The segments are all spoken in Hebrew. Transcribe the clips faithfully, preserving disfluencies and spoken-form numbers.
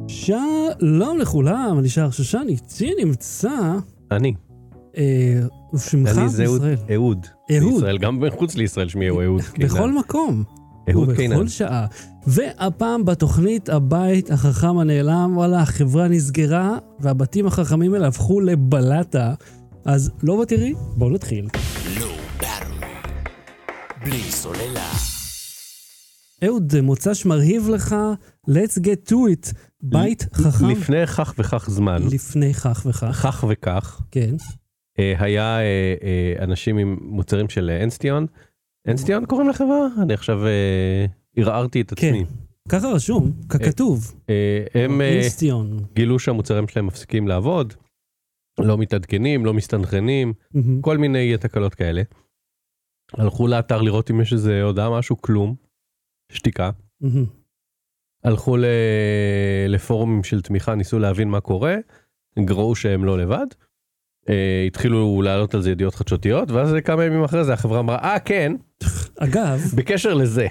שלום לכולם, אני שר שושן, איתי נמצא... אני. אה, שמך אני זה בישראל. אהוד. אהוד. בישראל, גם מחוץ לישראל שמי הוא אהוד. בכל מקום. אהוד קינן. ובכל שעה. והפעם בתוכנית הבית החכם הנעלם, וואלה, החברה נסגרה, והבתים החכמים האלה הפכו לבלטה. אז לא בתראי, בואו נתחיל. לא ברור. בלי סוללה. אהוד, מוצ"ש מרהיב לך, let's get to it, בית חכם. לפני כך וכך זמן. לפני כך וכך. כך וכך. כן. היה אנשים עם מוצרים של אינסטיון. אינסטיון קוראים לחברה? אני עכשיו ערערתי את עצמי. כן. ככה רשום, ככתוב. הם אינסטיון. גילו שהמוצרים שלהם מפסיקים לעבוד, לא מתעדכנים, לא מסתנכרנים, כל מיני תקלות כאלה. הלכו לאתר לראות אם יש איזה הודעה משהו, כלום. שתיקה. הלכו לפורומים של תמיכה, ניסו להבין מה קורה, גראו שהם לא לבד, התחילו לעלות על זה ידיעות חדשותיות, ואז כמה ימים אחרי זה החברה אמרה, אה כן, אגב, בקשר לזה,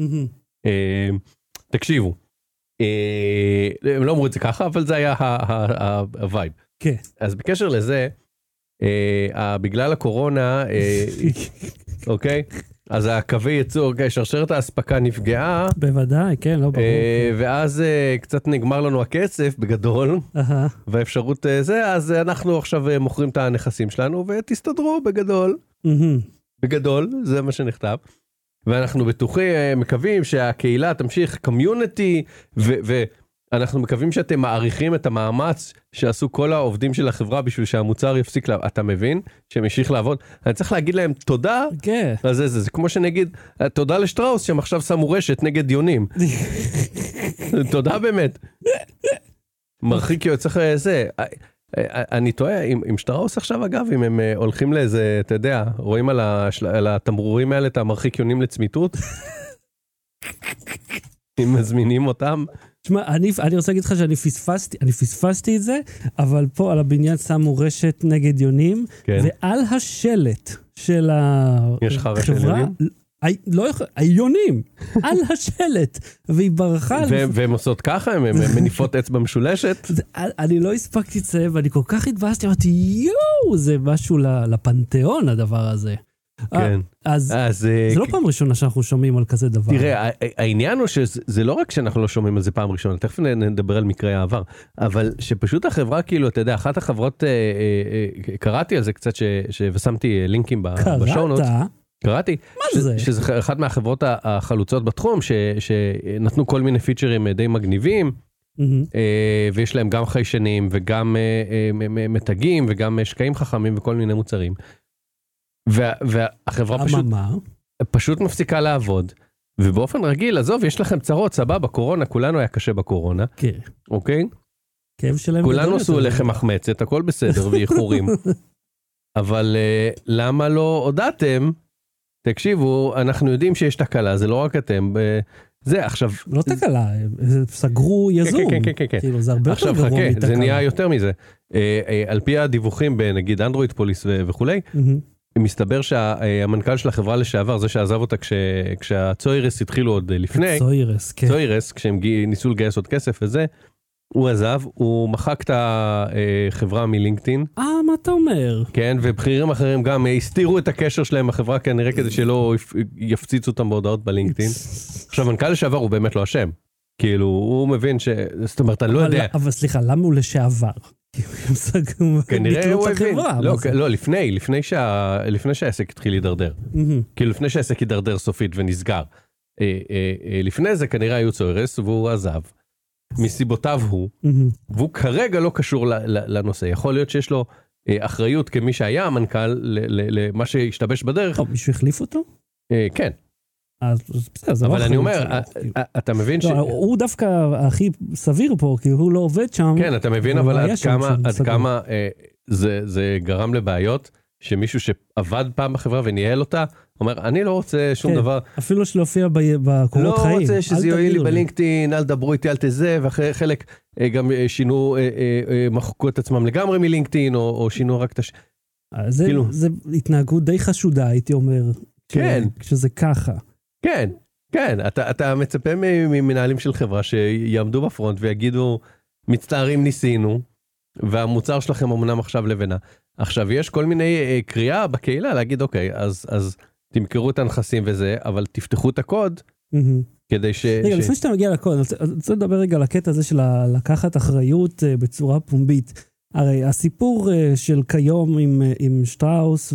תקשיבו, הם לא אמרו את זה ככה, אבל זה היה הווייב. כן. אז בקשר לזה, בגלל הקורונה, אוקיי? אז הקווי ייצור, שרשרת האספקה נפגעה. בוודאי, כן, לא ברור. ואז קצת נגמר לנו הכסף בגדול, והאפשרות זה, אז אנחנו עכשיו מוכרים את הנכסים שלנו, ותסתדרו בגדול. בגדול, זה מה שנכתב. ואנחנו בטוחים, מקווים שהקהילה תמשיך, קומיוניטי, ואנחנו מקווים שאתם מעריכים את המאמץ שעשו כל העובדים של החברה בשביל שהמוצר יפסיק, אתה מבין? שמשיך לעבוד. אני צריך להגיד להם תודה. כן. אז זה, זה, זה כמו שנגיד, תודה לשטראוס שהם עכשיו שמו רשת נגד דיונים. תודה באמת. מרחיק יוצא זה. אני טועה, עם, עם שטראוס עכשיו אגב, אם הם הולכים לאיזה, אתה יודע, רואים על, השל... על התמרורים האלה את המרחיק יונים לצמיתות? אם מזמינים אותם? תשמע, אני, אני רוצה להגיד לך שאני פספסתי, אני פספסתי את זה, אבל פה על הבניין שמו רשת נגד יונים, כן. ועל השלט של החברה, לא יכול, היונים, על השלט, והיא ברחה. והם עושות ככה, הם מניפות אצבע משולשת. אני לא הספקתי לצלם, ואני כל כך התבאסתי, אמרתי, יואו, זה משהו לפנתיאון הדבר הזה. כן. אז זה לא פעם ראשונה שאנחנו שומעים על כזה דבר. תראה, העניין הוא שזה לא רק שאנחנו לא שומעים על זה פעם ראשונה, תכף נדבר על מקרי העבר, אבל שפשוט החברה, כאילו, אתה יודע, אחת החברות, קראתי על זה קצת, ושמתי לינקים בשואו-נוטס. קראת? קראתי. מה זה? שזה אחת מהחברות החלוצות בתחום, שנתנו כל מיני פיצ'רים די מגניבים, ויש להם גם חיישנים, וגם מתגים, וגם שקעים חכמים, וכל מיני מוצרים. והחברה פשוט, פשוט מפסיקה לעבוד, ובאופן רגיל, עזוב, יש לכם צרות, סבבה, קורונה, כולנו היה קשה בקורונה, אוקיי? כולנו עשו לכם מחמצת, הכל בסדר, ואיחורים. אבל למה לא הודעתם? תקשיבו, אנחנו יודעים שיש תקלה, זה לא רק אתם, זה עכשיו... לא תקלה, סגרו יזום. כן, כן, כן, כאילו, זה הרבה יותר גרוע מתקלה. עכשיו חכה, זה נהיה יותר מזה. על פי הדיווחים בנגיד אנדרואיד פוליס וכולי, מסתבר שהמנכ"ל של החברה לשעבר, זה שעזב אותה כשהצוירס התחילו עוד לפני, צוירס, כן. צוירס, כשהם ניסו לגייס עוד כסף וזה, הוא עזב, הוא מחק את החברה מלינקדאין. אה, מה אתה אומר? כן, ובכירים אחרים גם הסתירו את הקשר שלהם בחברה, כנראה כדי שלא יפציצו אותם בהודעות בלינקדאין. עכשיו, מנכ"ל לשעבר הוא באמת לא אשם. כאילו, הוא מבין ש... זאת אומרת, אני לא יודע. אבל סליחה, למה הוא לשעבר? כנראה הוא הבין. לא, לפני, לפני שהעסק התחיל להידרדר. כאילו, לפני שהעסק הידרדר סופית ונסגר. לפני זה כנראה היו צוירס, והוא עזב. מסיבותיו הוא, והוא כרגע לא קשור לנושא. יכול להיות שיש לו אחריות כמי שהיה המנכ"ל למה שהשתבש בדרך. מישהו החליף אותו? כן. אבל אני אומר, אתה מבין ש... הוא דווקא הכי סביר פה, כי הוא לא עובד שם. כן, אתה מבין, אבל עד כמה זה גרם לבעיות, שמישהו שעבד פעם בחברה וניהל אותה, אומר, אני לא רוצה שום דבר. אפילו שלהופיע בקורות חיים. לא רוצה שזה יועיל לי בלינקדאין, אל דברו איתי, אל תזה, ואחרי חלק גם שינו, מחקו את עצמם לגמרי מלינקדאין, או שינו רק את הש... זה התנהגות די חשודה, הייתי אומר. כן. כשזה ככה. כן, כן. אתה מצפה ממנהלים של חברה שיעמדו בפרונט ויגידו, מצטערים ניסינו, והמוצר שלכם אמנם עכשיו לבנה. עכשיו, יש כל מיני קריאה בקהילה להגיד, אוקיי, אז, אז תמכרו את הנכסים וזה, אבל תפתחו את הקוד, כדי ש... רגע, לפני שאתה מגיע לקוד, אני רוצה לדבר רגע על הקטע הזה של לקחת אחריות בצורה פומבית. הרי הסיפור של כיום עם, עם שטראוס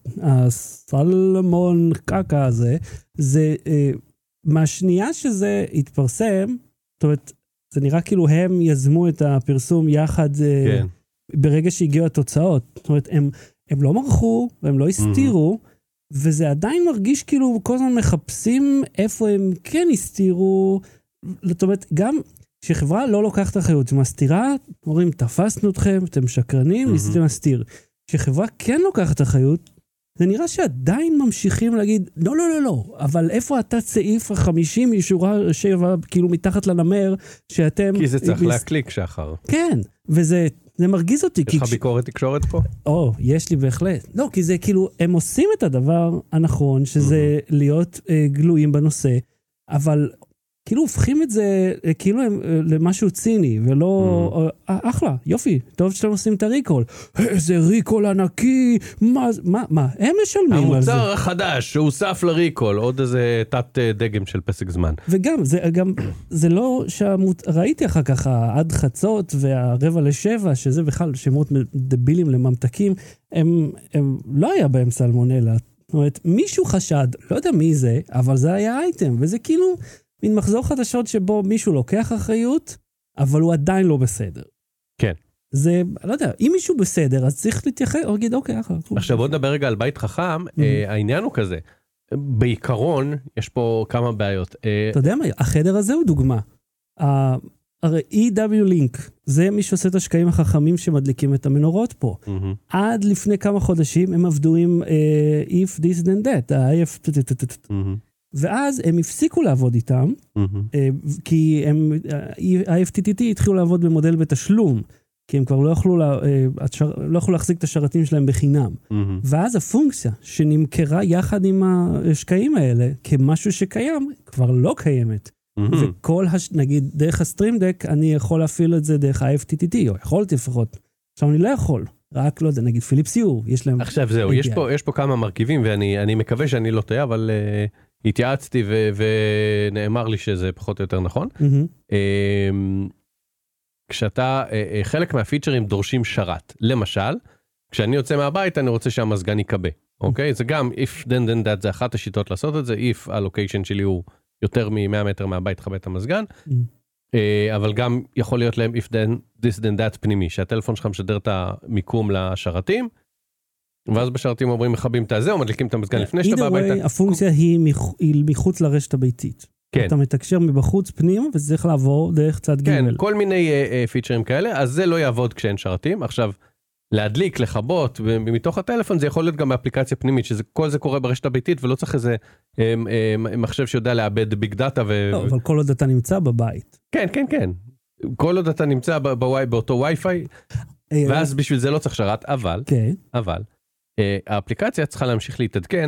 והסלמון קקה הזה, זה מהשנייה שזה התפרסם, זאת אומרת, זה נראה כאילו הם יזמו את הפרסום יחד כן. ברגע שהגיעו התוצאות. זאת אומרת, הם, הם לא מרחו, והם לא הסתירו, mm-hmm. וזה עדיין מרגיש כאילו כל הזמן מחפשים איפה הם כן הסתירו. זאת אומרת, גם כשחברה לא לוקחת אחריות, מסתירה, אומרים, תפסנו אתכם, אתם שקרנים, mm-hmm. ניסיתם להסתיר. כשחברה כן לוקחת אחריות, זה נראה שעדיין ממשיכים להגיד, לא, לא, לא, לא, אבל איפה אתה צעיף החמישים משורה שבע, כאילו מתחת לנמר, שאתם... כי זה צריך להקליק שחר. כן, וזה זה מרגיז אותי. יש לך ביקורת תקשורת פה? או, יש לי בהחלט. לא, כי זה כאילו, הם עושים את הדבר הנכון, שזה להיות גלויים בנושא, אבל... כאילו הופכים את זה כאילו למשהו ציני, ולא... אחלה, יופי, טוב שאתם עושים את הריקול. איזה ריקול ענקי, מה, מה, מה, הם משלמים על זה. המוצר החדש שהוסף לריקול, עוד איזה תת דגם של פסק זמן. וגם, זה גם, זה לא שהמות... ראיתי אחר כך עד חצות והרבע לשבע, שזה בכלל שמות דבילים לממתקים, הם, הם לא היה בהם סלמונלה. זאת אומרת, מישהו חשד, לא יודע מי זה, אבל זה היה אייטם, וזה כאילו... מין מחזור חדשות שבו מישהו לוקח אחריות, אבל הוא עדיין לא בסדר. כן. זה, לא יודע, אם מישהו בסדר, אז צריך להתייחס, או להגיד, אוקיי, אחלה. עכשיו בוא נדבר רגע על בית חכם, העניין הוא כזה, בעיקרון, יש פה כמה בעיות. אתה יודע מה, החדר הזה הוא דוגמה. הרי אי דאבליו Link, זה מי שעושה את השקעים החכמים שמדליקים את המנורות פה. עד לפני כמה חודשים הם עבדו עם if this then that, ה-I F... ואז הם הפסיקו לעבוד איתם, כי הם, ה-F T T T התחילו לעבוד במודל בתשלום, כי הם כבר לא יכלו, לה, לא יכלו להחזיק את השרתים שלהם בחינם. ואז הפונקציה שנמכרה יחד עם השקעים האלה, כמשהו שקיים, כבר לא קיימת. וכל, נגיד, דרך הסטרימדק, אני יכול להפעיל את זה דרך ה-F T T T, או יכולתי לפחות. עכשיו אני לא יכול. רק לא יודע, נגיד פיליפס יו, יש להם... עכשיו זהו, יש פה, יש פה כמה מרכיבים, ואני אני מקווה שאני לא טועה, אבל uh, התייעצתי ו, ונאמר לי שזה פחות או יותר נכון. Mm-hmm. Um, כשאתה, uh, חלק מהפיצ'רים דורשים שרת. למשל, כשאני יוצא מהבית, אני רוצה שהמזגן יקבה. אוקיי? זה גם, if then then that, זה אחת השיטות לעשות את זה, if הלוקיישן שלי הוא יותר מ-מאה מטר מהבית, חווה את המזגן. Mm-hmm. אבל גם יכול להיות להם if then this then that פנימי, שהטלפון שלך משדר את המיקום לשרתים, ואז בשרתים אומרים מחבים את הזה, או מדליקים את המזגן לפני שאתה בא הביתה. הפונקציה היא מחוץ לרשת הביתית. אתה מתקשר מבחוץ פנימה, וזה צריך לעבור דרך צד ג'. כן, כל מיני פיצ'רים כאלה, אז זה לא יעבוד כשאין שרתים. עכשיו, להדליק, לחבות, ומתוך הטלפון זה יכול להיות גם באפליקציה פנימית, שכל זה קורה ברשת הביתית, ולא צריך איזה מחשב שיודע לאבד ביג דאטה. לא, אבל כל עוד אתה נמצא בבית. כן, כן, כן. כל עוד אתה נמצא באותו וי-פיי, ואז בשביל זה לא צריך שרת, אבל, אבל, האפליקציה צריכה להמשיך להתעדכן,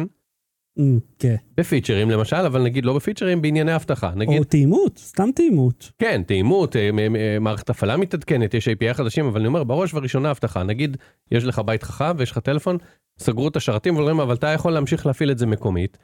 בפיצ'רים למשל, אבל נגיד לא בפיצ'רים, בענייני הבטחה. או תאימות, סתם תאימות. כן, תאימות, מערכת הפעלה מתעדכנת, יש איי פי איי חדשים, אבל אני אומר, בראש וראשונה הבטחה, נגיד, יש לך בית חכם ויש לך טלפון, סגרו את השרתים ואומרים, אבל אתה יכול להמשיך להפעיל את זה מקומית,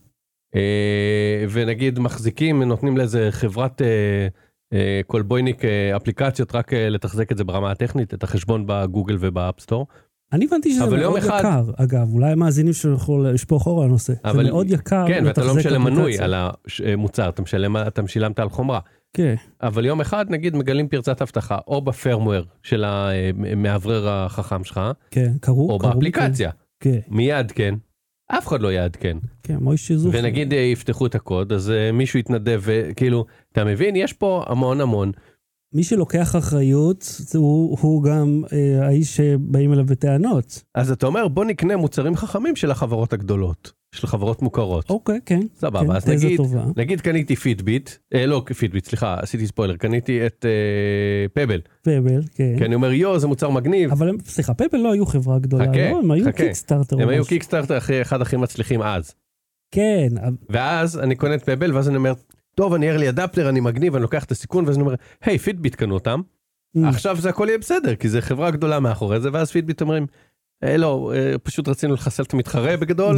ונגיד מחזיקים, נותנים לאיזה חברת קולבויניק אפליקציות, רק לתחזק את זה ברמה הטכנית, את החשבון בגוגל ובאפסטור. אני הבנתי שזה מאוד יקר, אגב, אולי המאזינים שיכולו לשפוך אור על הנושא, זה מאוד יקר. כן, ואתה לא משלם מנוי על המוצר, אתה משלמת על חומרה. כן. אבל יום אחד, נגיד, מגלים פרצת הבטחה, או בפרמוור של המעברר החכם שלך, או באפליקציה. מיד, כן. אף אחד לא יעדכן. כן, מויש זוף. ונגיד יפתחו את הקוד, אז מישהו יתנדב, וכאילו, אתה מבין, יש פה המון המון. מי שלוקח אחריות, הוא, הוא גם אה, האיש שבאים אליו בטענות. אז אתה אומר, בוא נקנה מוצרים חכמים של החברות הגדולות, של חברות מוכרות. אוקיי, כן. סבבה, כן, אז נגיד, נגיד קניתי פיטביט, אה, לא פיטביט, סליחה, עשיתי ספוילר, קניתי את אה, פבל. פבל, כן. כי אני אומר, יו, זה מוצר מגניב. אבל סליחה, פבל לא היו חברה גדולה, חכה, לא? הם היו חכה. קיקסטארטר. הם היו קיקסטארטר אחרי אחד הכי מצליחים אז. כן. ואז אני קונה את פבל, ואז אני אומר, טוב, אני אראה לי אדפטר, אני מגניב, אני לוקח את הסיכון, ואז אני אומר, היי, פיטביט קנו אותם, עכשיו זה הכל יהיה בסדר, כי זה חברה גדולה מאחורי זה, ואז פידביט אומרים, לא, פשוט רצינו לחסל את המתחרה בגדול,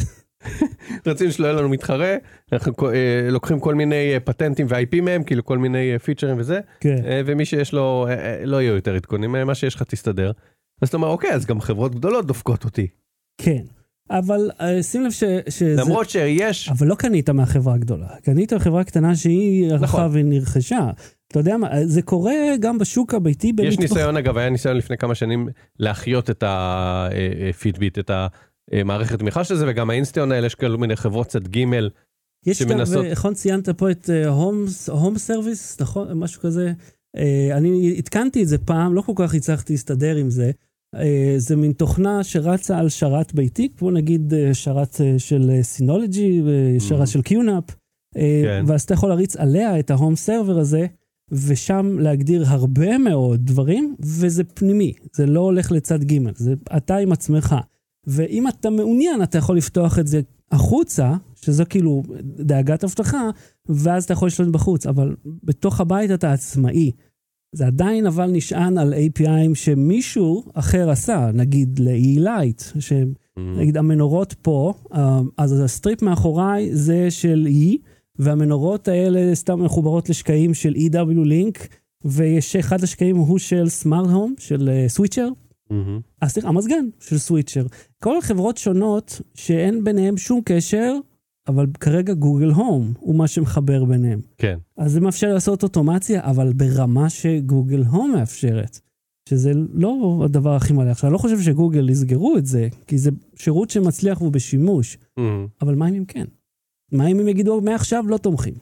רצינו שלא יהיה לנו מתחרה, אנחנו לוקחים כל מיני פטנטים ו-איי פי מהם, כאילו כל מיני פיצ'רים וזה, ומי שיש לו, לא יהיו יותר עדכונים, מה שיש לך תסתדר. אז אתה אומר, אוקיי, אז גם חברות גדולות דופקות אותי. כן, אבל שים לב ש... למרות שיש... אבל לא קנית מהחברה הגדולה, קנית מהחברה קטנה שהיא הלכה ונרכשה. אתה יודע מה, זה קורה גם בשוק הביתי. יש ניסיון, אגב, היה ניסיון לפני כמה שנים להחיות את הפידביט, את המערכת תמיכה של זה, וגם האינסטיון האלה, יש כאלו מיני חברות צד ג' יש גם, ואיכון ציינת פה את הום סרוויס, נכון? משהו כזה. אני התקנתי את זה פעם, לא כל כך הצלחתי להסתדר עם זה. זה מין תוכנה שרצה על שרת ביתי, כמו נגיד שרת של סינולוגי, שרת של קיונאפ, ואז אתה יכול להריץ עליה את ההום סרבר הזה, ושם להגדיר הרבה מאוד דברים, וזה פנימי, זה לא הולך לצד ג', זה אתה עם עצמך. ואם אתה מעוניין, אתה יכול לפתוח את זה החוצה, שזה כאילו דאגת הבטחה, ואז אתה יכול לשלוט בחוץ, אבל בתוך הבית אתה עצמאי. זה עדיין אבל נשען על איי פי אי'ים שמישהו אחר עשה, נגיד ל-E-Light, שנגיד המנורות פה, אז הסטריפ מאחוריי זה של E, והמנורות האלה סתם מחוברות לשקעים של אי דאבליו Link, ויש אחד השקעים הוא של סמארט הום, של סוויצ'ר, אז תראה, המזגן של סוויצ'ר. כל חברות שונות שאין ביניהם שום קשר, אבל כרגע גוגל הום הוא מה שמחבר ביניהם. כן. אז זה מאפשר לעשות אוטומציה, אבל ברמה שגוגל הום מאפשרת, שזה לא הדבר הכי מלא. עכשיו, אני לא חושב שגוגל יסגרו את זה, כי זה שירות שמצליח והוא בשימוש. אבל מה אם הם כן? מה אם הם יגידו, מעכשיו לא תומכים?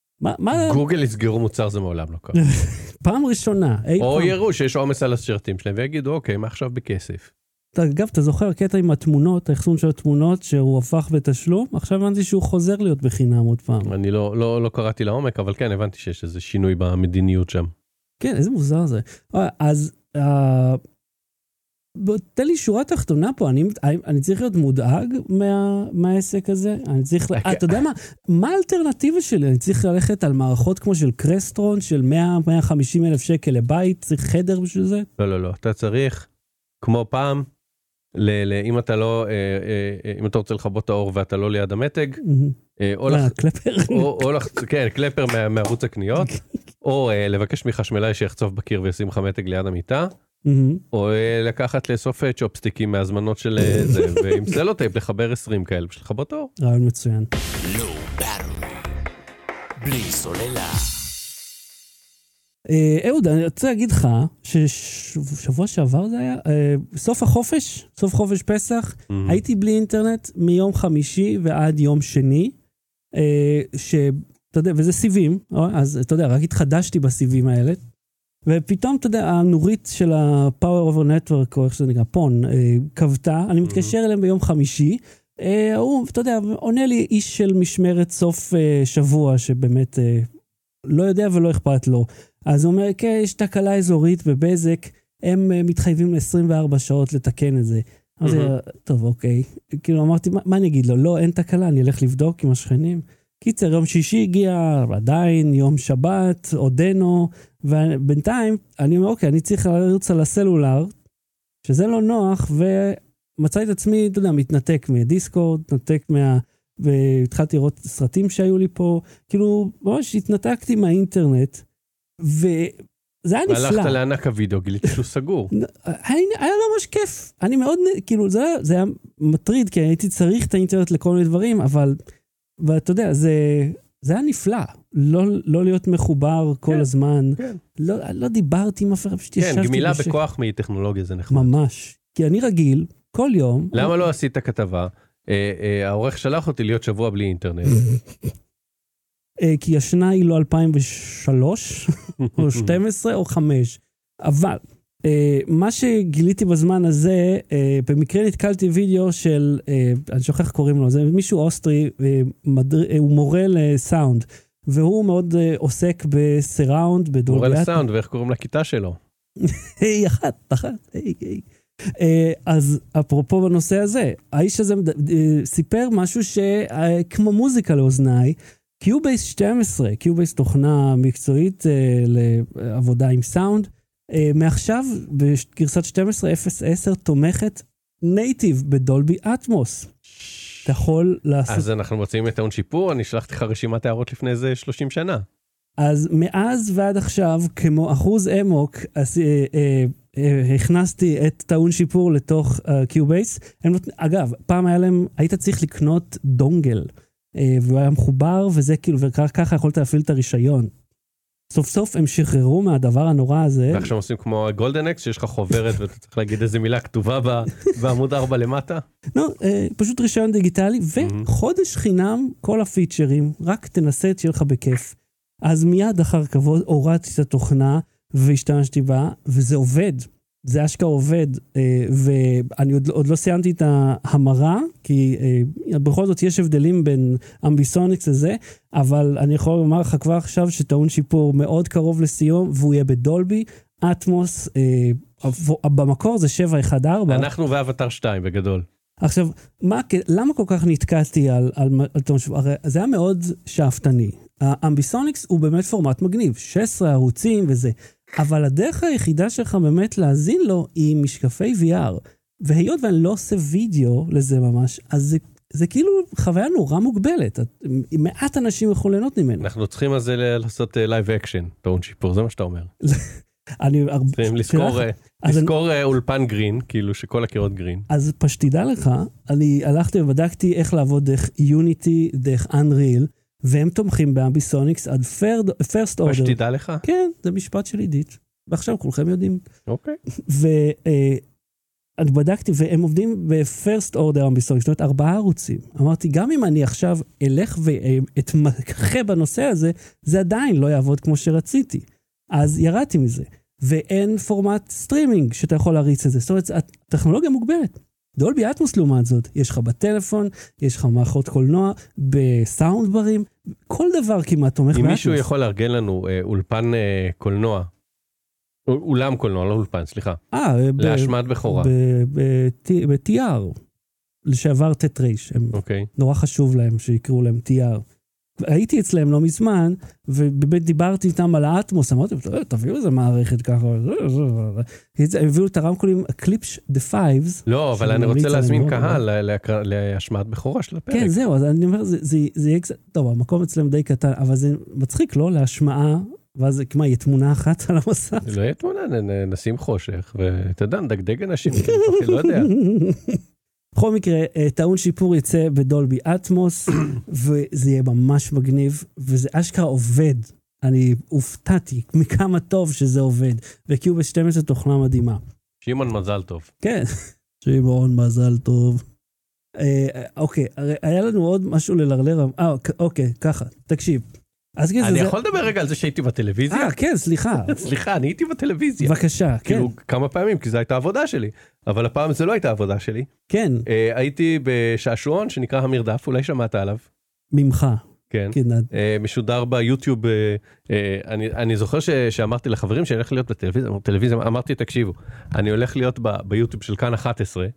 גוגל יסגרו מוצר זה מעולם לא קרה. פעם ראשונה. או יראו שיש עומס על השרתים שלהם, ויגידו, אוקיי, מעכשיו בכסף. אגב, אתה זוכר קטע עם התמונות, האחסון של התמונות, שהוא הפך בתשלום? עכשיו הבנתי שהוא חוזר להיות בחינם עוד פעם. אני לא, לא, לא קראתי לעומק, אבל כן, הבנתי שיש איזה שינוי במדיניות שם. כן, איזה מוזר זה. אז, תן לי שורה תחתונה פה, אני, אני צריך להיות מודאג מה, מהעסק הזה? אני צריך, אתה יודע מה, מה האלטרנטיבה שלי? אני צריך ללכת על מערכות כמו של קרסטרון, של מאה עד מאה וחמישים אלף שקל לבית, צריך חדר בשביל זה? לא, לא, לא, אתה צריך, כמו פעם, ל, ל, אם אתה לא, אם אתה רוצה לכבות את האור ואתה לא ליד המתג, או לך, קלפר. או לך, כן, קלפר מערוץ הקניות, או לבקש מחשמלאי שיחצוב בקיר וישים לך מתג ליד המיטה, או לקחת לאסוף צ'ופסטיקים מהזמנות של זה, ועם סלוטייפ לחבר עשרים כאלה, בשביל לכבות האור. רעיון מצוין. בלי סוללה. אהוד, אני רוצה להגיד לך ששבוע שעבר זה היה, סוף החופש, סוף חופש פסח, הייתי בלי אינטרנט מיום חמישי ועד יום שני, שאתה יודע, וזה סיבים, אז אתה יודע, רק התחדשתי בסיבים האלה, ופתאום, אתה יודע, הנורית של ה-Power over Network, או איך שזה נקרא, פון, קבטה, אני מתקשר אליהם ביום חמישי, הוא, אתה יודע, עונה לי איש של משמרת סוף שבוע, שבאמת לא יודע ולא אכפת לו. אז הוא אומר, כן, יש תקלה אזורית בבזק, הם מתחייבים ל-עשרים וארבע שעות לתקן את זה. אז טוב, אוקיי. כאילו אמרתי, מה אני אגיד לו? לא, אין תקלה, אני אלך לבדוק עם השכנים. קיצר, יום שישי הגיע, עדיין, יום שבת, עודנו, ובינתיים, אני אומר, אוקיי, אני צריך לרוץ על הסלולר, שזה לא נוח, ומצאתי את עצמי, אתה יודע, מתנתק מהדיסקורד, מתנתק מה... והתחלתי לראות סרטים שהיו לי פה, כאילו, ממש התנתקתי מהאינטרנט, וזה היה נפלא. והלכת לענק הוידאו, גיליתי שהוא סגור. היה ממש כיף. אני מאוד, כאילו, זה, זה היה מטריד, כי הייתי צריך את האינטרנט לכל מיני דברים, אבל, ואתה יודע, זה, זה היה נפלא. לא, לא להיות מחובר כל כן, הזמן. כן. לא, לא דיברתי עם אף אחד, פשוט ישבתי. כן, גמילה בשק... בכוח מטכנולוגיה, זה נחמד. ממש. כי אני רגיל, כל יום... למה אני... לא עשית כתבה? העורך שלח אותי להיות שבוע בלי אינטרנט. כי ישנה היא לא אלפיים ושלוש, או שתים עשרה, או חמש. אבל, מה שגיליתי בזמן הזה, במקרה נתקלתי וידאו של, אני שוכח קוראים לו, זה מישהו אוסטרי, הוא מורה לסאונד, והוא מאוד עוסק בסיראונד, בדולביאט. מורה לסאונד, ואיך קוראים לכיתה שלו? היי, אחת, אחת, היי, היי. אז אפרופו בנושא הזה, האיש הזה סיפר משהו שכמו מוזיקה לאוזניי, קיובייס שתים עשרה, קיובייס תוכנה מקצועית לעבודה עם סאונד, מעכשיו, בגרסת שתים עשרה אפס עשר תומכת נייטיב בדולבי אטמוס. אתה יכול לעשות... אז אנחנו מוצאים את טעון שיפור, אני שלחתי לך רשימת הערות לפני איזה שלושים שנה. אז מאז ועד עכשיו, כמו אחוז אמוק, אז, אה, אה, אה, הכנסתי את טעון שיפור לתוך אה, קיובייס. נות... אגב, פעם היה להם, היית צריך לקנות דונגל, אה, והוא היה מחובר, וזה כאילו, וככה יכולת להפעיל את הרישיון. סוף סוף הם שחררו מהדבר הנורא הזה. ועכשיו עושים כמו גולדן אקס, שיש לך חוברת, ואתה צריך להגיד איזה מילה כתובה בעמוד ארבע למטה. לא, פשוט רישיון דיגיטלי, וחודש חינם, כל הפיצ'רים, רק תנסה את שיהיה לך בכיף. אז מיד אחר כבוד, הורדתי את התוכנה, והשתמשתי בה, וזה עובד. זה אשכרה עובד, ואני עוד, עוד לא סיימתי את ההמרה, כי בכל זאת יש הבדלים בין אמביסוניקס לזה, אבל אני יכול לומר לך כבר עכשיו שטעון שיפור מאוד קרוב לסיום, והוא יהיה בדולבי, אטמוס, במקור זה שבע אחת ארבע. אנחנו ואבטר שתיים בגדול. עכשיו, מה, למה כל כך נתקעתי על, על, על טעון שיפור? הרי זה היה מאוד שאפתני. האמביסוניקס הוא באמת פורמט מגניב, שש עשרה ערוצים וזה. אבל הדרך היחידה שלך באמת להזין לו היא משקפי וי אר. והיות ואני לא עושה וידאו לזה ממש, אז זה, זה כאילו חוויה נורא מוגבלת. מעט אנשים יכולים ליהנות ממנו. אנחנו צריכים אז לעשות לייב אקשן, טעון שיפור, זה מה שאתה אומר. אני צריכים לזכור, לזכור אני... אולפן גרין, כאילו שכל הקירות גרין. אז פשתידה לך, אני הלכתי ובדקתי איך לעבוד דרך יוניטי, דרך אנריל, והם תומכים באמביסוניקס עד פרסט אורדר. פשתידה לך? כן, זה משפט של עידית. ועכשיו כולכם יודעים. אוקיי. ואני בדקתי, והם עובדים בפרסט אורדר אמביסוניקס, זאת אומרת, ארבעה ערוצים. אמרתי, גם אם אני עכשיו אלך ואתמחה בנושא הזה, זה עדיין לא יעבוד כמו שרציתי. אז ירדתי מזה. ואין פורמט סטרימינג שאתה יכול להריץ את זה. זאת אומרת, הטכנולוגיה מוגבלת. דולבי אטמוס לעומת זאת, יש לך בטלפון, יש לך מערכות קולנוע, בסאונד ברים, כל דבר כמעט תומך באטמוס. אם מישהו יכול לארגן לנו אה, אולפן אה, קולנוע, אולם קולנוע, לא אולפן, סליחה, אה, להשמעת בכורה. ב-טי אר, לשעבר טטריש, אוקיי. נורא חשוב להם שיקראו להם טי אר. הייתי אצלם לא מזמן, ובאמת דיברתי איתם על האטמוס, אמרתי, תביאו איזה מערכת ככה, הביאו את הרמקולים, הקליפש דה פייבס. לא, אבל אני רוצה להזמין קהל להשמעת בכורה של הפרק. כן, זהו, אז אני אומר, זה יהיה קצת, טוב, המקום אצלם די קטן, אבל זה מצחיק, לא? להשמעה, ואז כמה, יהיה תמונה אחת על המסך? לא יהיה תמונה, נשים חושך, ואתה יודע, נדגדג אנשים, לא יודע. בכל מקרה, טעון שיפור יצא בדולבי אטמוס, וזה יהיה ממש מגניב, וזה אשכרה עובד. אני הופתעתי מכמה טוב שזה עובד, וקיובייס שתים עשרה תוכנה מדהימה. שמעון מזל טוב. כן, שמעון מזל טוב. אוקיי, היה לנו עוד משהו ללרלר, אה, אוקיי, ככה, תקשיב. אני יכול לדבר רגע על זה שהייתי בטלוויזיה? אה, כן, סליחה. סליחה, אני הייתי בטלוויזיה. בבקשה, כן. כאילו כמה פעמים, כי זו הייתה עבודה שלי. אבל הפעם זה לא הייתה עבודה שלי. כן. הייתי בשעשועון שנקרא המרדף, אולי שמעת עליו. ממך. כן. משודר ביוטיוב. אני זוכר שאמרתי לחברים שאני הולך להיות בטלוויזיה, אמרתי, תקשיבו, אני הולך להיות ביוטיוב של כאן אחת עשרה.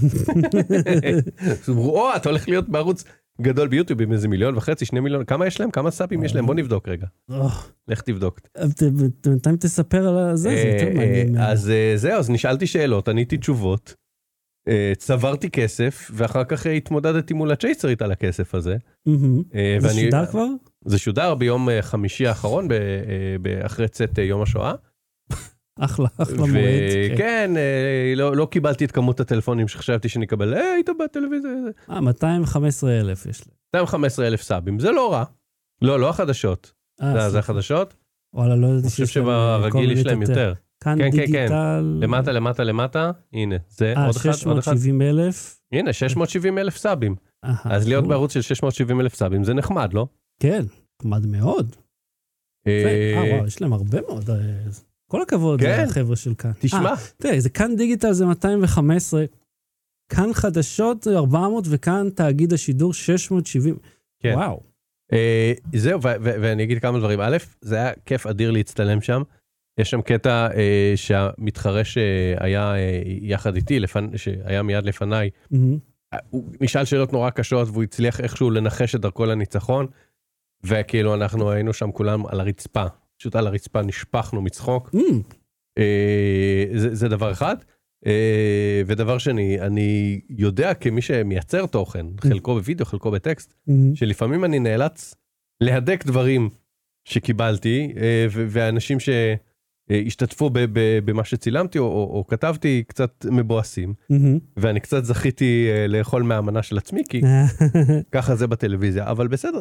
או, אתה הולך להיות בערוץ גדול ביוטיוב עם איזה מיליון וחצי, שני מיליון, כמה יש להם? כמה סאבים יש להם? בוא נבדוק רגע. לך תבדוק. בינתיים תספר על זה, זה יותר מעניין. אז זהו, אז נשאלתי שאלות, עניתי תשובות, צברתי כסף, ואחר כך התמודדתי מול הצ'ייסרית על הכסף הזה. זה שודר כבר? זה שודר ביום חמישי האחרון, אחרי צאת יום השואה. אחלה, אחלה מועד. כן, לא קיבלתי את כמות הטלפונים שחשבתי שנקבל, אה, היית בטלוויזיה. אה, מאתיים וחמש עשרה אלף יש לי. מאתיים וחמש עשרה אלף סאבים, זה לא רע. לא, לא החדשות. זה החדשות. וואלה, לא יודעת. אני חושב שברגיל יש להם יותר. כאן דיגיטל. למטה, למטה, למטה. הנה, זה עוד אחד. אה, שש מאות שבעים אלף. הנה, שש מאות שבעים אלף סאבים. אז להיות בערוץ של שש מאות שבעים אלף סאבים, זה נחמד, לא? כן, נחמד מאוד. אה, וואו, יש להם הרבה מאוד. כל הכבוד לחבר'ה של כאן. תשמע. תראה, זה כאן דיגיטל זה מאתיים וחמש עשרה, כאן חדשות זה ארבע מאות, וכאן תאגיד השידור שש מאות שבעים. וואו. זהו, ואני אגיד כמה דברים. א', זה היה כיף אדיר להצטלם שם. יש שם קטע שהמתחרה שהיה יחד איתי, שהיה מיד לפניי, הוא נשאל שאלות נורא קשות, והוא הצליח איכשהו לנחש את דרכו לניצחון, וכאילו אנחנו היינו שם כולם על הרצפה. פשוט על הרצפה נשפחנו מצחוק. זה, זה דבר אחד. ודבר שני, אני יודע כמי שמייצר תוכן, חלקו בווידאו, חלקו בטקסט, שלפעמים אני נאלץ להדק דברים שקיבלתי, ואנשים שהשתתפו במה שצילמתי או כתבתי קצת מבואסים, ואני קצת זכיתי לאכול מהמנה של עצמי, כי ככה זה בטלוויזיה, אבל בסדר,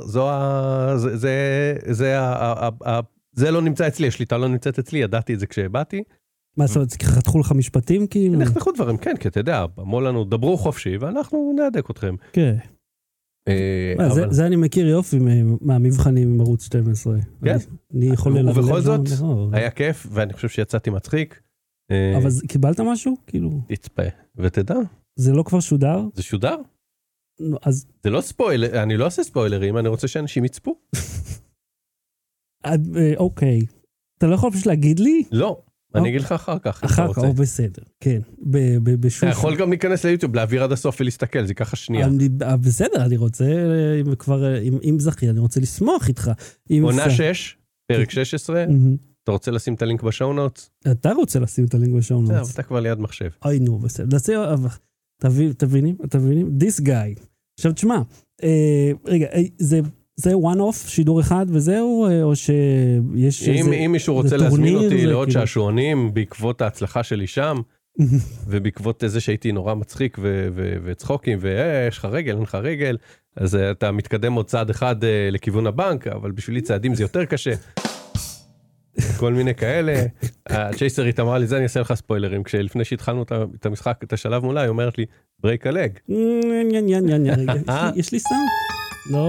זה לא נמצא אצלי, השליטה לא נמצאת אצלי, ידעתי את זה כשבאתי, מה זאת אומרת, חתכו לך משפטים כאילו? נחתכו דברים, כן, כי אתה יודע, אמרו לנו, דברו חופשי, ואנחנו נעדק אתכם. כן. זה אני מכיר יופי מהמבחנים עם ערוץ שתים עשרה. כן. אני יכול ללמד. ובכל זאת, היה כיף, ואני חושב שיצאתי מצחיק. אבל קיבלת משהו? כאילו... תצפה, ותדע. זה לא כבר שודר? זה שודר? אז... זה לא ספוילר, אני לא עושה ספוילרים, אני רוצה שאנשים יצפו. אוקיי. אתה לא יכול פשוט להגיד לי? לא. אני אגיד לך אחר כך. אחר כך, או בסדר, כן. אתה יכול גם להיכנס ליוטיוב, להעביר עד הסוף ולהסתכל, זה ככה שנייה. בסדר, אני רוצה, אם זכי, אני רוצה לשמוח איתך. עונה שש, פרק שש עשרה, אתה רוצה לשים את הלינק בשואו נוטס? אתה רוצה לשים את הלינק בשואו נוטס. אתה כבר ליד מחשב. אוי, נו, בסדר. תבינים, תבינים? This guy. עכשיו, תשמע, רגע, זה... זה one off, שידור אחד וזהו, או שיש איזה... אם מישהו רוצה להזמין אותי לעוד שעשועונים, בעקבות ההצלחה שלי שם, ובעקבות זה שהייתי נורא מצחיק וצחוקים, ויש לך רגל, אין לך רגל, אז אתה מתקדם עוד צעד אחד לכיוון הבנק, אבל בשבילי צעדים זה יותר קשה. כל מיני כאלה. הצ'ייסרית אמרה לי, זה אני אעשה לך ספוילרים, כשלפני שהתחלנו את המשחק, את השלב מולה, היא אומרת לי, ברייק הלג. יש לי סאונד? לא.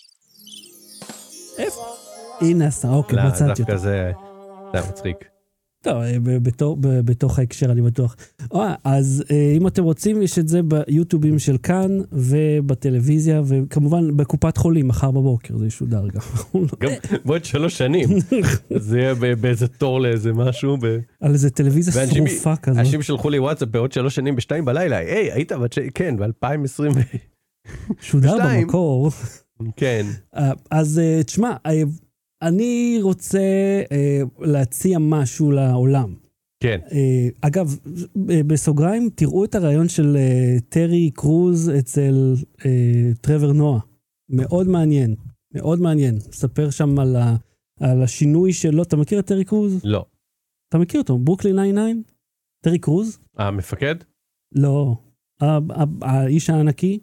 איפה? הנה עשה, אוקיי, מצאתי אותו. דווקא זה היה מצחיק. טוב, בתוך ההקשר אני בטוח. אז אם אתם רוצים, יש את זה ביוטיובים של כאן ובטלוויזיה, וכמובן בקופת חולים, מחר בבוקר, זה ישודר גם. גם בעוד שלוש שנים. זה יהיה באיזה תור לאיזה משהו. על איזה טלוויזיה שרופה כזאת. אנשים שלחו לי וואטסאפ בעוד שלוש שנים בשתיים בלילה, היי, היית כן, ב-אלפיים עשרים. שודר במקור. כן. אז תשמע, אני רוצה להציע משהו לעולם. כן. אגב, בסוגריים, תראו את הרעיון של טרי קרוז אצל טרוור נועה. מאוד מעניין, מאוד מעניין. ספר שם על, ה, על השינוי שלו. אתה מכיר את טרי קרוז? לא. אתה מכיר אותו? ברוקלין ניין ניין? טרי קרוז? המפקד? לא. האיש הענקי?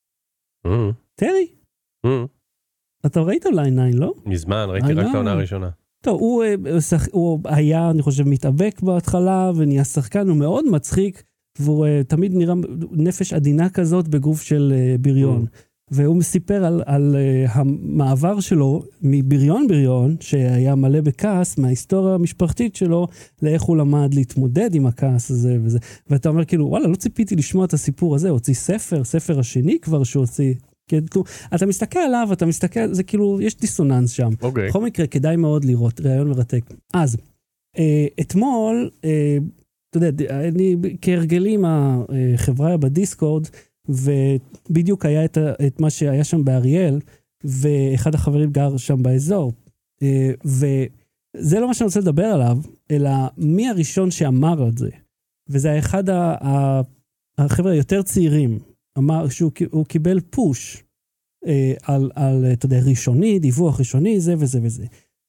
טרי? אתה ראית ניין ניין, לא? מזמן, ראיתי רק את העונה הראשונה. טוב, הוא, הוא היה, אני חושב, מתאבק בהתחלה, ונהיה שחקן, הוא מאוד מצחיק, והוא תמיד נראה נפש עדינה כזאת בגוף של בריון. והוא מסיפר על, על המעבר שלו מבריון בריון, שהיה מלא בכעס, מההיסטוריה המשפחתית שלו, לאיך הוא למד להתמודד עם הכעס הזה וזה. ואתה אומר כאילו, וואלה, לא ציפיתי לשמוע את הסיפור הזה, הוציא ספר, ספר השני כבר שהוציא. אתה מסתכל עליו, אתה מסתכל, זה כאילו, יש דיסוננס שם. Okay. בכל מקרה, כדאי מאוד לראות, רעיון מרתק. אז, אה, אתמול, אה, אתה יודע, אני כהרגלי עם החברה בדיסקורד, ובדיוק היה את, את מה שהיה שם באריאל, ואחד החברים גר שם באזור. אה, וזה לא מה שאני רוצה לדבר עליו, אלא מי הראשון שאמר את זה. וזה אחד ה, ה, החבר'ה היותר צעירים, אמר שהוא קיבל פוש אה, על, על, אתה יודע, ראשוני, דיווח ראשוני, זה וזה וזה.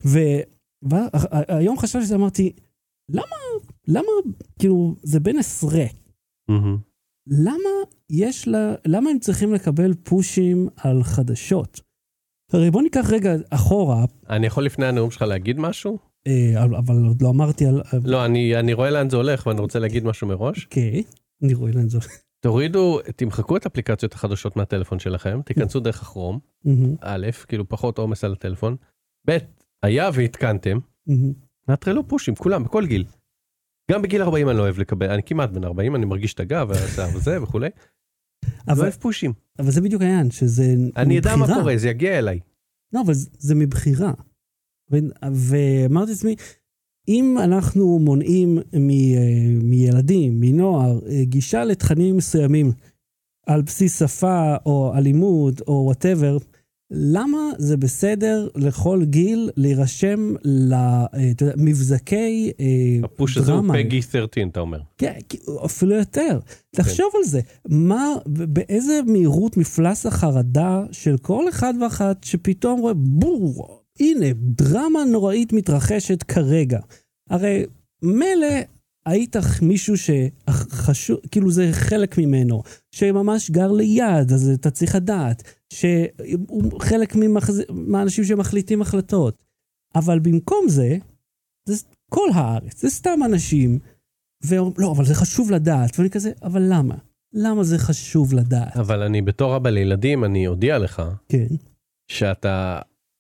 והיום חשבתי שזה, אמרתי, למה, למה, כאילו, זה בין עשרה. Mm-hmm. למה יש לה, למה הם צריכים לקבל פושים על חדשות? הרי בוא ניקח רגע אחורה. אני יכול לפני הנאום שלך להגיד משהו? אה, אבל עוד לא אמרתי על... לא, אני, אני רואה לאן זה הולך, ואני רוצה להגיד משהו מראש. אוקיי, אני רואה לאן זה הולך. תורידו, תמחקו את אפליקציות החדשות מהטלפון שלכם, תיכנסו דרך הכרום, א', כאילו פחות עומס על הטלפון, ב', היה והתקנתם, נטרלו פושים, כולם, בכל גיל. גם בגיל ארבעים אני לא אוהב לקבל, אני כמעט בן ארבעים, אני מרגיש את הגב, וזה וכו'. לא אוהב פושים. אבל זה בדיוק העניין, שזה מבחירה. אני יודע מה קורה, זה יגיע אליי. לא, אבל זה מבחירה. ואמרתי לעצמי, אם אנחנו מונעים מ- מילדים, מנוער, גישה לתכנים מסוימים, על בסיס שפה או אלימות או whatever, למה זה בסדר לכל גיל להירשם למבזקי דרמה? הפוש הזה הוא פגי שלוש עשרה, אתה אומר. כן, אפילו יותר. תחשוב על זה, מה, באיזה מהירות מפלס החרדה של כל אחד ואחת שפתאום רואה, בור, הנה, דרמה נוראית מתרחשת כרגע. הרי מלא היית מישהו שחשוב, כאילו זה חלק ממנו, שממש גר ליד, אז אתה צריך לדעת, שהוא חלק ממחז... מהאנשים שמחליטים החלטות. אבל במקום זה, זה כל הארץ, זה סתם אנשים, ולא, אבל זה חשוב לדעת, ואני כזה, אבל למה? למה זה חשוב לדעת? אבל אני בתור אבא לילדים, אני אודיע לך, כן. שאתה,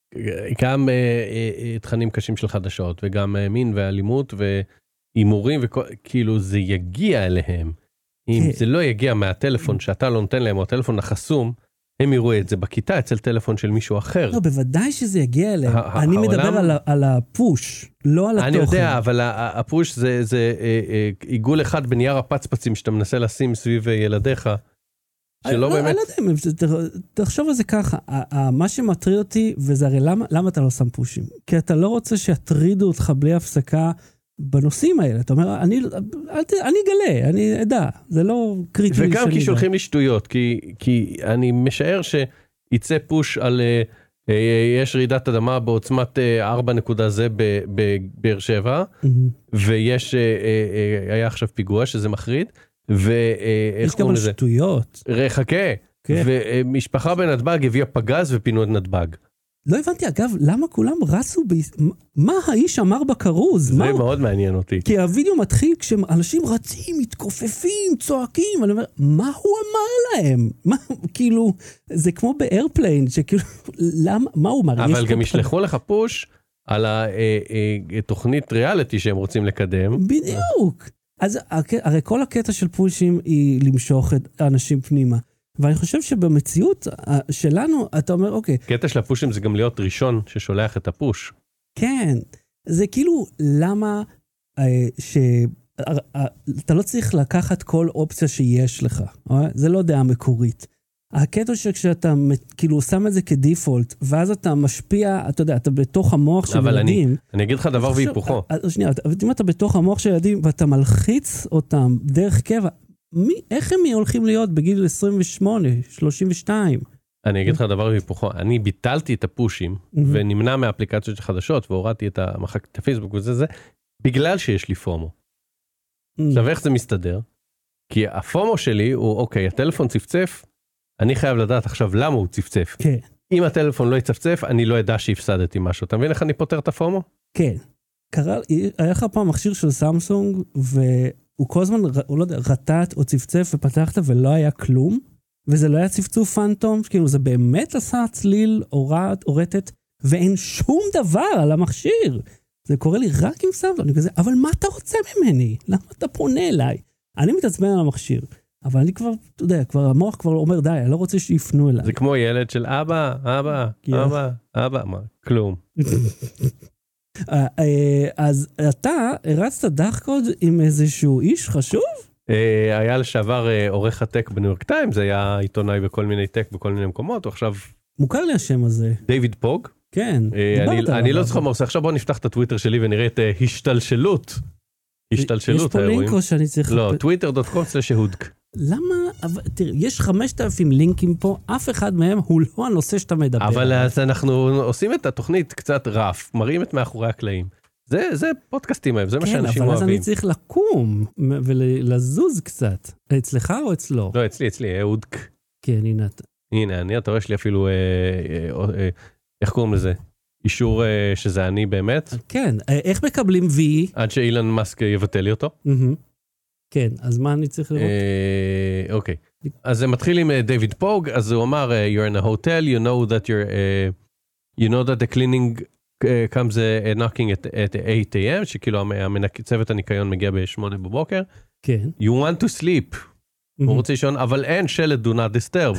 גם אה, תכנים קשים של חדשות, וגם אה, מין ואלימות, ואימורים, וכאילו זה יגיע אליהם. אם זה לא יגיע מהטלפון שאתה לא נותן להם, או הטלפון החסום, הם יראו את זה בכיתה אצל טלפון של מישהו אחר. לא, בוודאי שזה יגיע אליהם. אני מדבר על הפוש, לא על התוכן. אני יודע, אבל הפוש זה עיגול אחד בנייר הפצפצים שאתה מנסה לשים סביב ילדיך, שלא באמת... אני לא יודע, תחשוב על זה ככה, מה שמטריד אותי, וזה הרי למה אתה לא שם פושים? כי אתה לא רוצה שיטרידו אותך בלי הפסקה, בנושאים האלה, אתה אומר, אני, אני אגלה, אני אדע, זה לא קריטי. וגם כי שולחים לי שטויות, כי, כי אני משער שיצא פוש על, אה, יש רעידת אדמה בעוצמת ארבע נקודה זה בבאר שבע, mm-hmm. ויש, אה, אה, היה עכשיו פיגוע שזה מחריד, ואיך קוראים לזה? יש גם שטויות. חכה, כן. ומשפחה בנתב"ג הביאה פגז ופינו את נתב"ג. לא הבנתי, אגב, למה כולם רצו, ב... מה האיש אמר בקרוז? זה מה... מאוד מעניין אותי. כי הווידאו מתחיל כשאנשים רצים, מתכופפים, צועקים, אני אומר, מה הוא אמר להם? מה, כאילו, זה כמו באיירפליין, שכאילו, למה, מה הוא אמר? אבל גם ישלחו לך פוש על התוכנית ריאליטי שהם רוצים לקדם. בדיוק. אז הרי כל הקטע של פושים היא למשוך את האנשים פנימה. ואני חושב שבמציאות שלנו, אתה אומר, אוקיי. קטע של הפושים זה גם להיות ראשון ששולח את הפוש. כן. זה כאילו, למה אה, שאתה לא צריך לקחת כל אופציה שיש לך. אה? זה לא דעה מקורית. הקטע שכשאתה כאילו שם את זה כדיפולט, ואז אתה משפיע, אתה יודע, אתה בתוך המוח של ילדים. אבל אני, אני אגיד לך דבר והיפוכו. שנייה, אם אתה בתוך המוח של ילדים, ואתה מלחיץ אותם דרך קבע, מי, איך הם הולכים להיות בגיל עשרים ושמונה, שלושים ושתיים? אני אגיד לך דבר והיפוכו, אני ביטלתי את הפושים, ונמנע מהאפליקציות החדשות, והורדתי את המחק, את הפייסבוק וזה זה, בגלל שיש לי פומו. עכשיו איך זה מסתדר? כי הפומו שלי הוא, אוקיי, הטלפון צפצף, אני חייב לדעת עכשיו למה הוא צפצף. כן. אם הטלפון לא יצפצף, אני לא ידע שהפסדתי משהו. אתה מבין איך אני פותר את הפומו? כן. קרה, היה לך פעם מכשיר של סמסונג, והוא כל הזמן, הוא לא יודע, רטט או צפצף ופתחת ולא היה כלום, וזה לא היה צפצוף פנטום, כאילו זה באמת עשה צליל או רטט, ואין שום דבר על המכשיר. זה קורה לי רק עם סמסונג, אני כזה, אבל מה אתה רוצה ממני? למה אתה פונה אליי? אני מתעצבן על המכשיר. אבל אני כבר, אתה יודע, כבר המוח כבר אומר, די, אני לא רוצה שיפנו אליי. זה כמו ילד של אבא, אבא, אבא, אבא, מה? כלום. אז אתה הרצת דחקוד עם איזשהו איש חשוב? היה לשעבר עורך הטק בניו יורק טיימס, זה היה עיתונאי בכל מיני טק בכל מיני מקומות, ועכשיו... מוכר לי השם הזה. דיוויד פוג. כן, דיברת עליו. אני לא זוכר מה עושה, עכשיו בוא נפתח את הטוויטר שלי ונראה את השתלשלות. השתלשלות. יש פה לינק או שאני צריך... לא, טוויטר דוט קום סלש אהודק. למה? תראה, יש חמשת אלפים לינקים פה, אף אחד מהם הוא לא הנושא שאתה מדבר. אבל אז אנחנו עושים את התוכנית קצת רף, מראים את מאחורי הקלעים. זה, זה פודקאסטים האלה, זה מה שאנשים אוהבים. כן, אבל אז אני צריך לקום ולזוז קצת. אצלך או אצלו? לא, אצלי, אצלי, אהודק. כן, הנה אתה. הנה, אני, אתה רואה שלי אפילו, איך קוראים לזה? אישור שזה אני באמת. כן, איך מקבלים וי? עד שאילן מאסק יבטל לי אותו. כן, אז מה אני צריך לראות? אוקיי, אז זה מתחיל עם דיוויד פוג, אז הוא אמר, you're in a hotel, you know that you're, you know that the cleaning comes knocking at eight a.m, שכאילו צוות הניקיון מגיע ב-שמונה בבוקר. כן. You want to sleep. הוא רוצה לישון, אבל אין שלט do not disturb.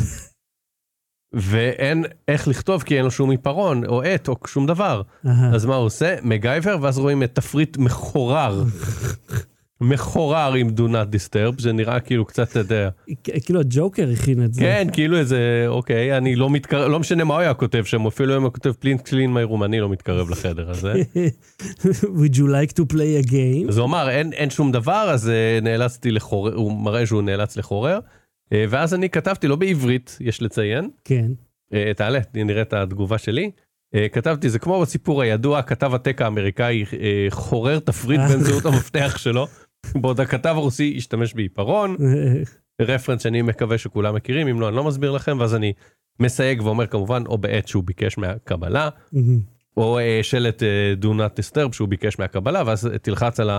ואין איך לכתוב, כי אין לו שום עיפרון, או עת, או שום דבר. אז מה הוא עושה? מגייבר, ואז רואים את תפריט מחורר. מחורר עם do not disturb, זה נראה כאילו קצת, אתה יודע. כאילו הג'וקר הכין את זה. כן, כאילו איזה, אוקיי, אני לא מתקרב, לא משנה מה הוא היה כותב שם, אפילו אם הוא כותב פלינט קלין מיירום, אני לא מתקרב לחדר הזה. Would you like to play a game? אז הוא אמר, אין, אין שום דבר, אז נאלצתי לחורר, הוא מראה שהוא נאלץ לחורר, ואז אני כתבתי, לא בעברית, יש לציין. כן. תעלה, נראה את התגובה שלי. כתבתי, זה כמו בסיפור הידוע, כתב הטק האמריקאי חורר תפריט באמצעות המפתח שלו, בעוד הכתב הרוסי השתמש בעיפרון, רפרנס שאני מקווה שכולם מכירים, אם לא, אני לא מסביר לכם, ואז אני מסייג ואומר כמובן, או בעת שהוא ביקש מהקבלה, או שלט do not disturb שהוא ביקש מהקבלה, ואז תלחץ על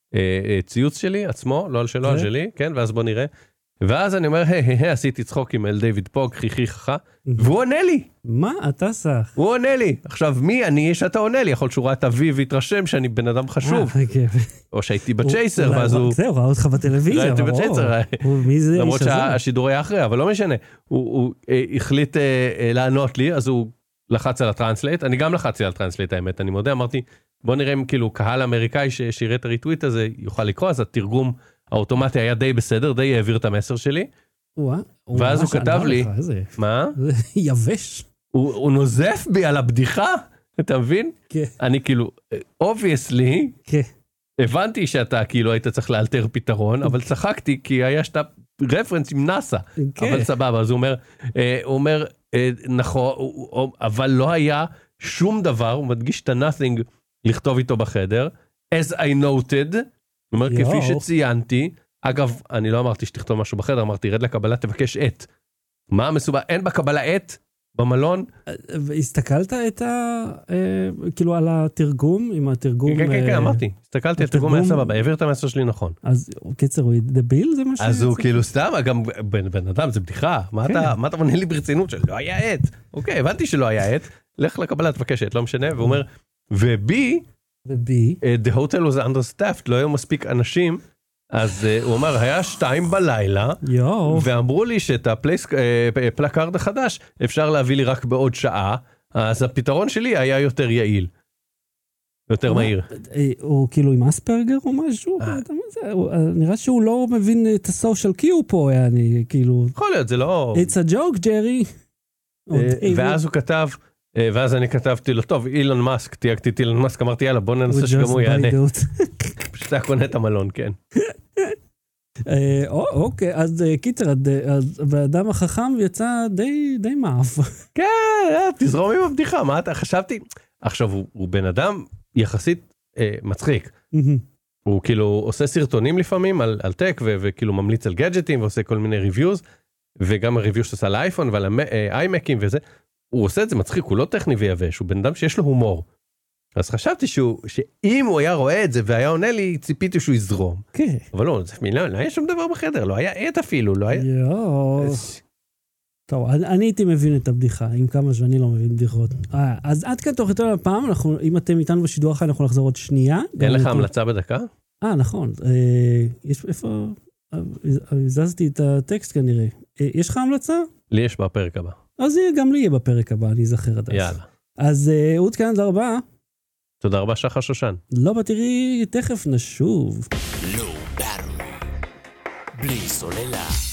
הציוץ שלי עצמו, לא על שלו, על שלי, כן, ואז בוא נראה. ואז אני אומר, היי, היי, עשיתי צחוקים אל דיוויד פוג, חיכי חכה, והוא עונה לי. מה? אתה סך. הוא עונה לי. עכשיו, מי אני שאתה עונה לי? יכול להיות שהוא ראה את אבי והתרשם שאני בן אדם חשוב. או שהייתי בצ'ייסר, ואז הוא... זהו, ראה אותך בטלוויזיה. ראיתי בצ'ייסר. למרות שהשידור היה אחרי, אבל לא משנה. הוא החליט לענות לי, אז הוא לחץ על הטרנסלייט. אני גם לחצתי על הטרנסלייט, האמת. אני מודה, אמרתי, בוא נראה אם כאילו קהל אמריקאי שיראה את הריטוויט הזה יוכל לקרוא, אז התרגום האוטומטי היה די בסדר, די העביר את המסר שלי. ואז הוא כתב לי, מה? זה יבש. הוא נוזף בי על הבדיחה, אתה מבין? כן. אני כאילו, obviously, הבנתי שאתה כאילו היית צריך לאלתר פתרון, אבל צחקתי כי היה שאתה רפרנס עם נאסא. אבל סבבה, אז הוא אומר, הוא אומר, נכון, אבל לא היה שום דבר, הוא מדגיש את ה-nothing לכתוב איתו בחדר, as I noted, זאת אומרת, כפי שציינתי, אגב, אני לא אמרתי שתכתוב משהו בחדר, אמרתי, רד לקבלה, תבקש את. מה המסובה? אין בקבלה את? במלון? והסתכלת את ה... כאילו על התרגום, עם התרגום... כן, כן, כן, אמרתי. הסתכלתי, התרגום היה סבבה, העביר את המסר שלי נכון. אז קיצר, הוא דביל? זה מה ש... אז הוא כאילו סתם, גם בן אדם, זה בדיחה. מה אתה מונה לי ברצינות שלא היה את? אוקיי, הבנתי שלא היה את. לך לקבלה, תבקש את, לא משנה. והוא אומר, ובי... ובי? The hotel was understaffed, לא היו מספיק אנשים, אז uh, הוא אומר, היה שתיים בלילה, יו. ואמרו לי שאת הפלקארד החדש אפשר להביא לי רק בעוד שעה, אז הפתרון שלי היה יותר יעיל. יותר מהיר. הוא כאילו עם אספרגר או משהו? נראה שהוא לא מבין את הסושיאל קיו פה, אני כאילו... יכול להיות, זה לא... It's a joke, ג'רי. ואז הוא כתב... ואז אני כתבתי לו, טוב, אילון מאסק, תייגתי את אילון מאסק, אמרתי, יאללה, בוא ננסה שגם הוא יענה. פשוט היה קונה את המלון, כן. אוקיי, אז קיצר, האדם החכם יצא די מעף. כן, תזרום עם הבדיחה, מה אתה חשבתי? עכשיו, הוא בן אדם יחסית מצחיק. הוא כאילו עושה סרטונים לפעמים על טק, וכאילו ממליץ על גאדג'טים, ועושה כל מיני ריוויוז, וגם הריוויוז שעושה על האייפון ועל האיימקים וזה. הוא עושה את זה מצחיק, הוא לא טכני ויבש, הוא בן אדם שיש לו הומור. אז חשבתי שהוא, שאם הוא היה רואה את זה והיה עונה לי, ציפיתי שהוא יזרום. כן. אבל לא, לא, לא היה שום דבר בחדר, לא היה עט אפילו, לא היה... יואו. טוב, אני הייתי מבין את הבדיחה, עם כמה שאני לא מבין בדיחות. אז עד כאן תוך יותר הפעם, אם אתם איתנו בשידור אחר, אנחנו נחזור עוד שנייה. אין לך המלצה בדקה? אה, נכון. יש איפה... הזזתי את הטקסט כנראה. יש לך המלצה? לי יש בפרק הבא. אז גם לי יהיה בפרק הבא, אני אזכר עד אז. יאללה. אז עוד כאן, תודה רבה. תודה רבה, שחר שושן. לא בתראי, תכף נשוב. לא בארו. בלי סוללה.